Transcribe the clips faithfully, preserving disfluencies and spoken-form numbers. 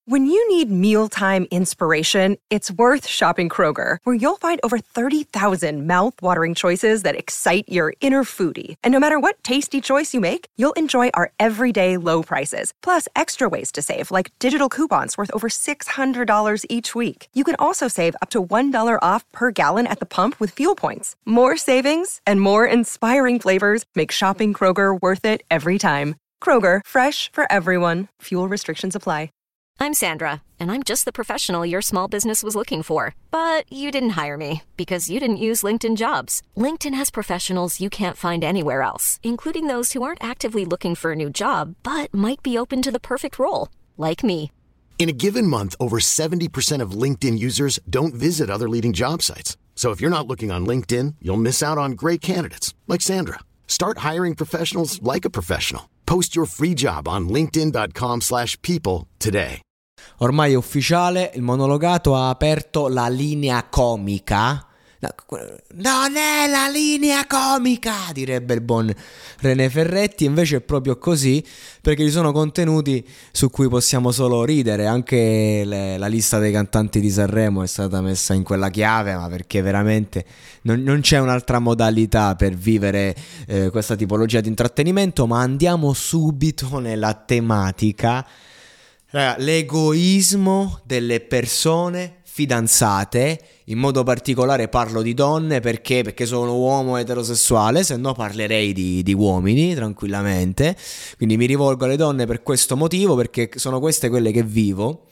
When you need mealtime inspiration, it's worth shopping Kroger, where you'll find over thirty thousand mouth-watering choices that excite your inner foodie. And no matter what tasty choice you make, you'll enjoy our everyday low prices, plus extra ways to save, like digital coupons worth over six hundred dollars each week. You can also save up to one dollar off per gallon at the pump with fuel points. More savings and more inspiring flavors make shopping Kroger worth it every time. Kroger, fresh for everyone. Fuel restrictions apply. I'm Sandra, and I'm just the professional your small business was looking for. But you didn't hire me because you didn't use LinkedIn Jobs. LinkedIn has professionals you can't find anywhere else, including those who aren't actively looking for a new job, but might be open to the perfect role, like me. In a given month, over seventy percent of LinkedIn users don't visit other leading job sites. So if you're not looking on LinkedIn, you'll miss out on great candidates, like Sandra. Start hiring professionals like a professional. Post your free job on linkedin.com slash people today. Ormai è ufficiale, il monologato ha aperto la linea comica. No, non è la linea comica, direbbe il buon René Ferretti. Invece è proprio così, perché ci sono contenuti su cui possiamo solo ridere. Anche le, la lista dei cantanti di Sanremo è stata messa in quella chiave, ma perché veramente non, non c'è un'altra modalità per vivere eh, questa tipologia di intrattenimento. Ma andiamo subito nella tematica. Raga, l'egoismo delle persone fidanzate, in modo particolare parlo di donne perché, perché sono uomo eterosessuale, se no parlerei di, di uomini tranquillamente, quindi mi rivolgo alle donne per questo motivo, perché sono queste quelle che vivo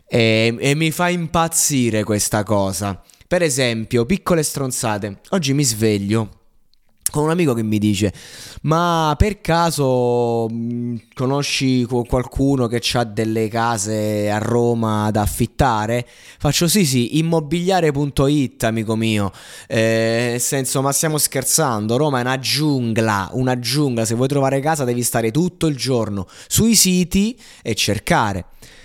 e, e mi fa impazzire questa cosa. Per esempio, piccole stronzate, oggi mi sveglio con un amico che mi dice: ma per caso mh, conosci qualcuno che ha delle case a Roma da affittare? Faccio sì sì, immobiliare punto it, amico mio. Eh, nel senso, ma stiamo scherzando? Roma è una giungla, una giungla. Se vuoi trovare casa devi stare tutto il giorno sui siti e cercare.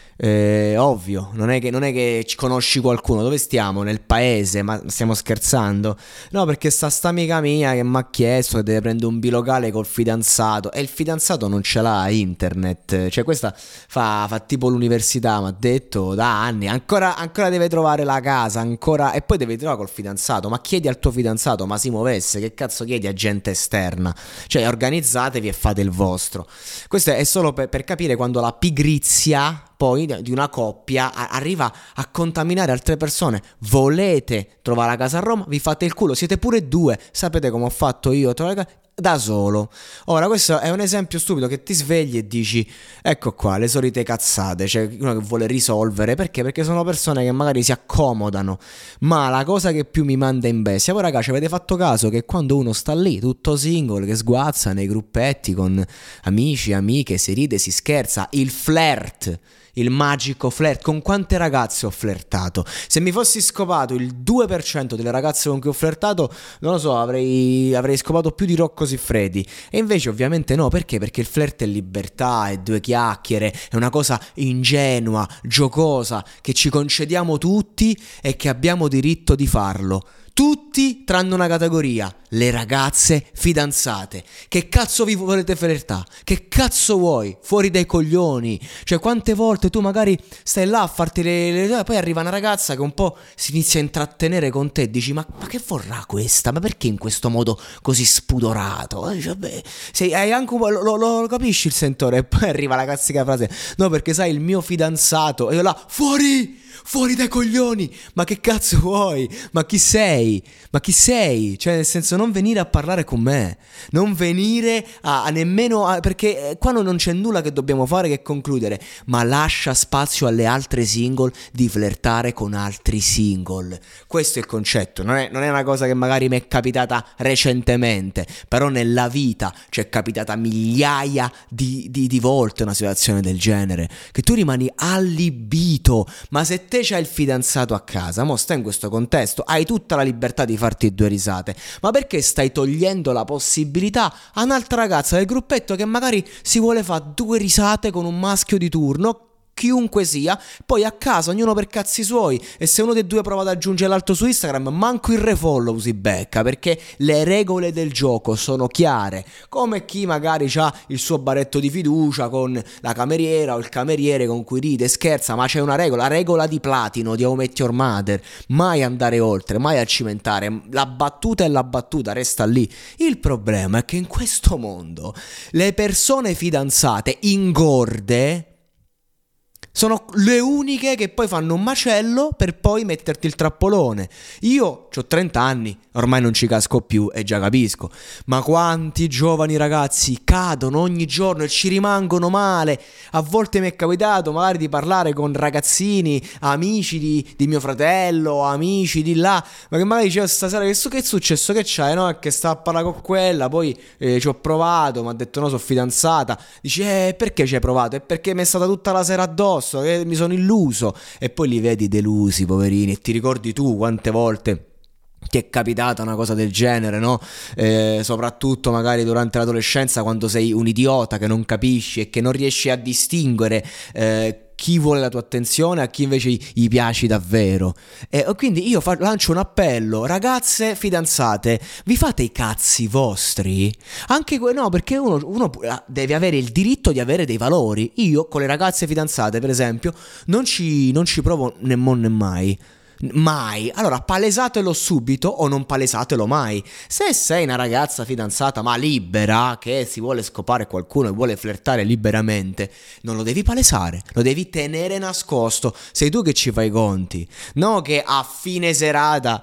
Eh, ovvio, non è che non è che conosci qualcuno. Dove stiamo? Nel paese? Ma stiamo scherzando? No, perché sta sta amica mia che mi ha chiesto che deve prendere un bilocale col fidanzato e il fidanzato non ce l'ha internet. Cioè questa fa, fa tipo l'università, mi ha detto, da anni. Ancora, ancora deve trovare la casa, ancora. E poi deve trovare col fidanzato. Ma chiedi al tuo fidanzato, ma si muovesse? Che cazzo chiedi a gente esterna? Cioè organizzatevi e fate il vostro. Questo è solo per, per capire quando la pigrizia poi di una coppia arriva a contaminare altre persone. Volete trovare la casa a Roma? Vi fate il culo, siete pure due. Sapete come ho fatto io a trovare la casa? Da solo. Ora questo è un esempio stupido, che ti svegli e dici ecco qua le solite cazzate. Cioè uno che vuole risolvere. Perché? Perché sono persone che magari si accomodano. Ma la cosa che più mi manda in bestia, voi ragazzi avete fatto caso che quando uno sta lì tutto single, che sguazza nei gruppetti con amici, amiche, si ride, si scherza, il flirt, il magico flirt. Con quante ragazze ho flirtato? Se mi fossi scopato il due per cento delle ragazze con cui ho flirtato, non lo so, avrei, avrei scopato più di Rocco Siffredi. E invece ovviamente no. Perché? Perché il flirt è libertà, è due chiacchiere, è una cosa ingenua, giocosa, che ci concediamo tutti e che abbiamo diritto di farlo. Tutti tranne una categoria: le ragazze fidanzate. Che cazzo vi volete flirtare? Che cazzo vuoi? Fuori dai coglioni. Cioè quante volte tu magari stai là a farti le, le... poi arriva una ragazza che un po' si inizia a intrattenere con te e dici ma, ma che vorrà questa? Ma perché in questo modo così spudorato? Eh, cioè, beh, sei, hai anche un po', lo, lo, lo capisci il sentore? E poi arriva la classica frase: no, perché sai il mio fidanzato. E io là, fuori! Fuori dai coglioni! Ma che cazzo vuoi? Ma chi sei? Ma chi sei? Cioè nel senso, non venire a parlare con me, non venire a, a nemmeno a, perché qua non c'è nulla che dobbiamo fare che concludere. Ma lascia spazio alle altre single di flirtare con altri single. Questo è il concetto. Non è, non è una cosa che magari mi è capitata recentemente, però nella vita ci è capitata migliaia di, di, di volte una situazione del genere, che tu rimani allibito. Ma se te c'hai il fidanzato a casa, mo stai in questo contesto, hai tutta la libertà di farti due risate, ma perché stai togliendo la possibilità a un'altra ragazza del gruppetto che magari si vuole fare due risate con un maschio di turno? chiunque sia, poi a casa ognuno per cazzi suoi, e se uno dei due prova ad aggiungere l'altro su Instagram, manco il refollow si becca, perché le regole del gioco sono chiare, come chi magari ha il suo baretto di fiducia con la cameriera o il cameriere con cui ride, scherza, ma c'è una regola, la regola di platino di How I Met Your Mother: mai andare oltre, mai accimentare, la battuta è la battuta, resta lì. Il problema è che in questo mondo le persone fidanzate ingorde sono le uniche che poi fanno un macello per poi metterti il trappolone. Io ho trenta anni, ormai non ci casco più e già capisco, ma quanti giovani ragazzi cadono ogni giorno e ci rimangono male. A volte mi è capitato magari di parlare con ragazzini, amici di, di mio fratello, amici di là, ma che magari dicevo: stasera che, che è successo, che c'hai? No, è che sta a parlare con quella, poi eh, ci ho provato, mi ha detto no, sono fidanzata. Dici: eh, perché ci hai provato? È perché mi è stata tutta la sera addosso, che mi sono illuso. E poi li vedi delusi, poverini, e ti ricordi tu quante volte ti è capitata una cosa del genere, no? Eh, soprattutto magari durante l'adolescenza, quando sei un idiota che non capisci e che non riesci a distinguere eh, chi vuole la tua attenzione a chi invece gli piaci davvero. E quindi io fa- lancio un appello: ragazze fidanzate, vi fate i cazzi vostri? Anche que- no, perché uno, uno deve avere il diritto di avere dei valori. Io con le ragazze fidanzate, per esempio, non ci, non ci provo né mo né mai. Mai. Allora palesatelo subito o non palesatelo mai. Se sei una ragazza fidanzata ma libera, che si vuole scopare qualcuno e vuole flirtare liberamente, non lo devi palesare, lo devi tenere nascosto. Sei tu che ci fai i conti, no che a fine serata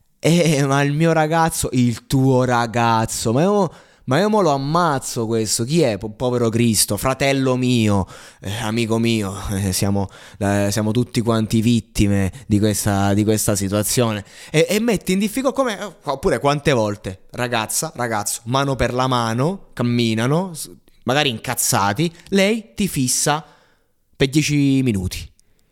eh ma il mio ragazzo, il tuo ragazzo, ma io Ma io mo lo ammazzo questo. Chi è? Po- povero Cristo, fratello mio, eh, amico mio, eh, siamo, eh, siamo tutti quanti vittime di questa, di questa situazione. E, e metti in difficoltà, come, oppure quante volte, ragazza, ragazzo, mano per la mano, camminano, magari incazzati, lei ti fissa per dieci minuti.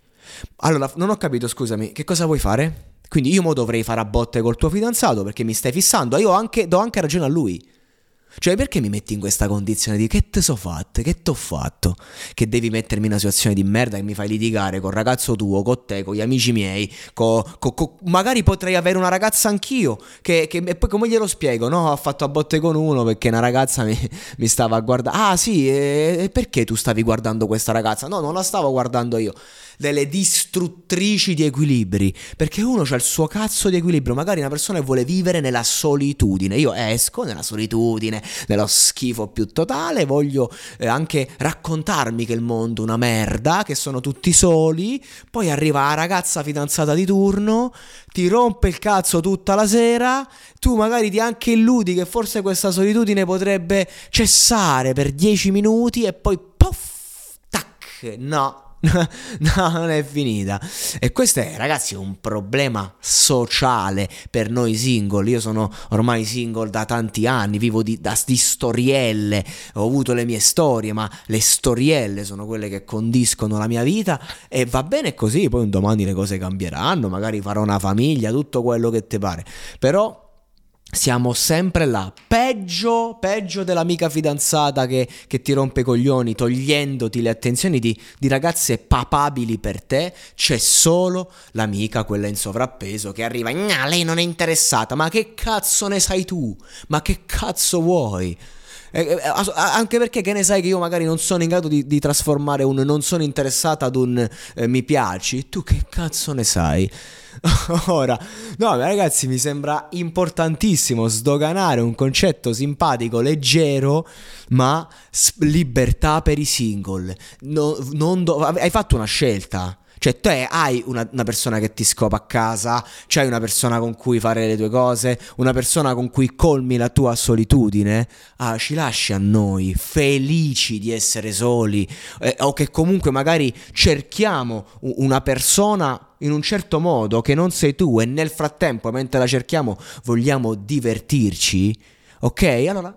Allora, non ho capito, scusami, che cosa vuoi fare? Quindi io mo dovrei fare a botte col tuo fidanzato perché mi stai fissando, io anche, do anche ragione a lui. Cioè, perché mi metti in questa condizione di che te so fatte, che t'ho fatto, che devi mettermi in una situazione di merda che mi fai litigare col ragazzo tuo, con te, con gli amici miei, co, co, co, magari potrei avere una ragazza anch'io, che, che, e poi come glielo spiego? No, ho fatto a botte con uno perché una ragazza mi, mi stava a guardare. Ah sì, e, e perché tu stavi guardando questa ragazza? No, non la stavo guardando io. Delle distruttrici di equilibri, perché uno c'ha il suo cazzo di equilibrio. Magari una persona vuole vivere nella solitudine, io esco nella solitudine, nello schifo più totale, voglio eh, anche raccontarmi che il mondo è una merda, che sono tutti soli. Poi arriva la ragazza fidanzata di turno, ti rompe il cazzo tutta la sera, tu magari ti anche illudi che forse questa solitudine potrebbe cessare per dieci minuti e poi puff, tac, no. No, non è finita. E questo è, ragazzi, un problema sociale per noi single. Io sono ormai single da tanti anni, vivo di, da, di storielle. Ho avuto le mie storie, ma le storielle sono quelle che condiscono la mia vita. E va bene così, poi un domani le cose cambieranno, magari farò una famiglia, tutto quello che ti pare. Però siamo sempre là, peggio, peggio dell'amica fidanzata che, che ti rompe i coglioni, togliendoti le attenzioni di, di ragazze papabili per te. C'è solo l'amica, quella in sovrappeso, che arriva, no, lei non è interessata. Ma che cazzo ne sai tu? Ma che cazzo vuoi? Eh, eh, anche perché che ne sai che io magari non sono in grado di, di trasformare un non sono interessata ad un eh, mi piaci? Tu che cazzo ne sai? Ora, no ragazzi, mi sembra importantissimo sdoganare un concetto simpatico, leggero, ma libertà per i single. No, non do- hai fatto una scelta. Cioè te hai una, una persona che ti scopa a casa, c'hai una persona con cui fare le tue cose, una persona con cui colmi la tua solitudine. Ah, ci lasci a noi, felici di essere soli, eh, o che comunque magari cerchiamo una persona in un certo modo che non sei tu, e nel frattempo, mentre la cerchiamo, vogliamo divertirci. Ok? Allora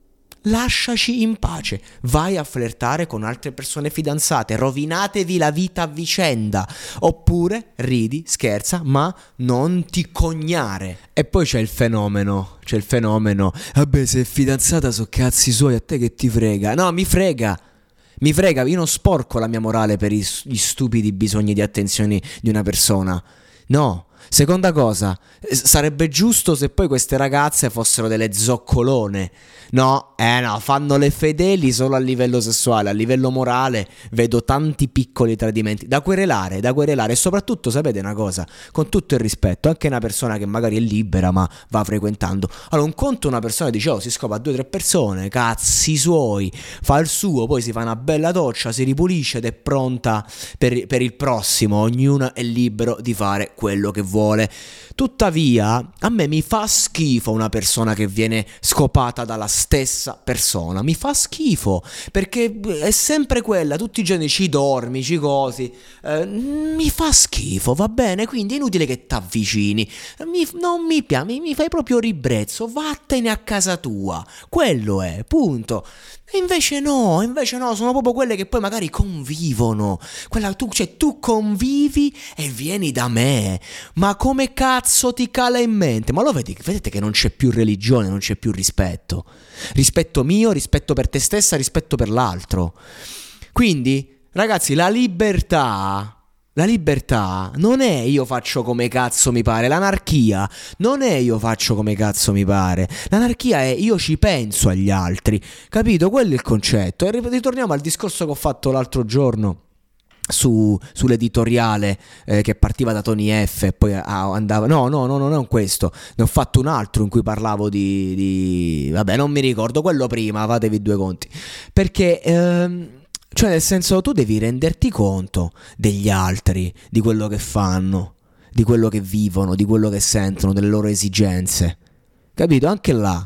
lasciaci in pace, vai a flirtare con altre persone fidanzate, rovinatevi la vita a vicenda, oppure ridi, scherza, ma non ti cognare. E poi c'è il fenomeno, c'è il fenomeno, vabbè, se è fidanzata so cazzi suoi, a te che ti frega. No, mi frega, Mi frega, io non sporco la mia morale per i- gli stupidi bisogni di attenzione di una persona. No. Seconda cosa, sarebbe giusto se poi queste ragazze fossero delle zoccolone. No, eh no, fanno le fedeli solo a livello sessuale, a livello morale vedo tanti piccoli tradimenti da querelare, da querelare. E soprattutto, sapete una cosa, con tutto il rispetto, anche una persona che magari è libera ma va frequentando. Allora, un conto una persona dice, oh, si scopa a due o tre persone, cazzi suoi, fa il suo, poi si fa una bella doccia, si ripulisce ed è pronta per, per il prossimo. Ognuno è libero di fare quello che vuole. Tuttavia, a me mi fa schifo una persona che viene scopata dalla stessa persona. Mi fa schifo, perché è sempre quella, tutti i giorni ci dormi, ci cosi. Eh, mi fa schifo, va bene? Quindi è inutile che t'avvicini. Mi, non mi piace, mi, mi fai proprio ribrezzo. Vattene a casa tua. Quello è, punto. E invece no, invece no, sono proprio quelle che poi magari convivono. Quella tu, cioè tu convivi e vieni da me. Ma come cazzo ti cala in mente? Ma lo vedi, vedete che non c'è più religione, non c'è più rispetto. Rispetto mio, rispetto per te stessa, rispetto per l'altro. Quindi, ragazzi, la libertà... La libertà non è io faccio come cazzo mi pare. L'anarchia non è io faccio come cazzo mi pare. L'anarchia è io ci penso agli altri. Capito? Quello è il concetto. E ritorniamo al discorso che ho fatto l'altro giorno su, sull'editoriale eh, che partiva da Tony F e poi ah, andava... No, no, no, non è questo. Ne ho fatto un altro in cui parlavo di... di... Vabbè, non mi ricordo. Quello prima, fatevi due conti. Perché... Ehm... Cioè, nel senso, tu devi renderti conto degli altri, di quello che fanno, di quello che vivono, di quello che sentono, delle loro esigenze. Capito? Anche là.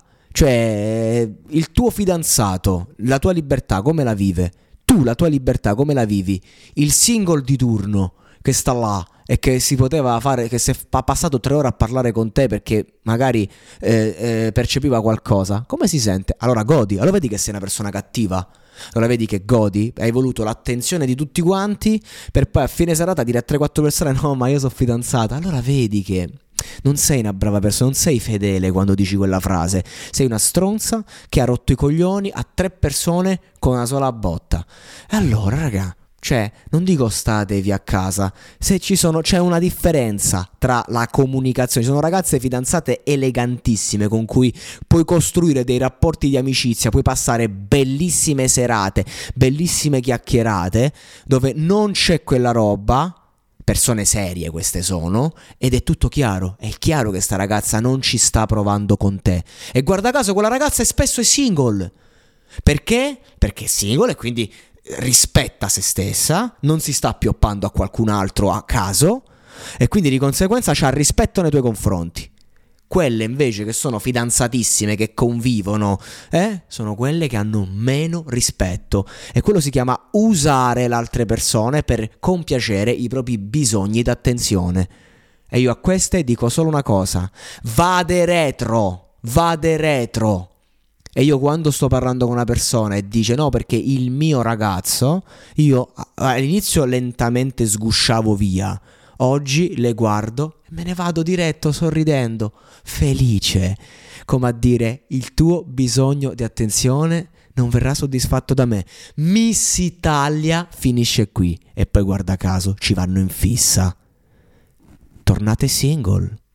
Cioè, il tuo fidanzato, la tua libertà, come la vive? Tu, la tua libertà, come la vivi? Il single di turno che sta là e che si poteva fare, che si è passato tre ore a parlare con te perché magari eh, eh, percepiva qualcosa. Come si sente? Allora godi, allora vedi che sei una persona cattiva. Allora vedi che godi, hai voluto l'attenzione di tutti quanti per poi a fine serata dire a tre quattro persone no ma io sono fidanzata. Allora vedi che non sei una brava persona, non sei fedele quando dici quella frase. Sei una stronza che ha rotto i coglioni a tre persone con una sola botta. E allora raga, cioè, non dico statevi a casa, se ci sono, c'è una differenza tra la comunicazione. Ci sono ragazze fidanzate elegantissime con cui puoi costruire dei rapporti di amicizia, puoi passare bellissime serate, bellissime chiacchierate, dove non c'è quella roba, persone serie queste sono, ed è tutto chiaro, è chiaro che sta ragazza non ci sta provando con te. E guarda caso quella ragazza è spesso è single. Perché? Perché è single e quindi... rispetta se stessa, non si sta appioppando a qualcun altro a caso e quindi di conseguenza c'ha rispetto nei tuoi confronti. Quelle invece che sono fidanzatissime, che convivono, eh, sono quelle che hanno meno rispetto e quello si chiama usare le altre persone per compiacere i propri bisogni d'attenzione. E io a queste dico solo una cosa: vade retro, vade retro. E io quando sto parlando con una persona e dice no perché il mio ragazzo, io all'inizio lentamente sgusciavo via, oggi le guardo e me ne vado diretto sorridendo, felice, come a dire il tuo bisogno di attenzione non verrà soddisfatto da me. Miss Italia finisce qui e poi guarda caso ci vanno in fissa. Tornate single.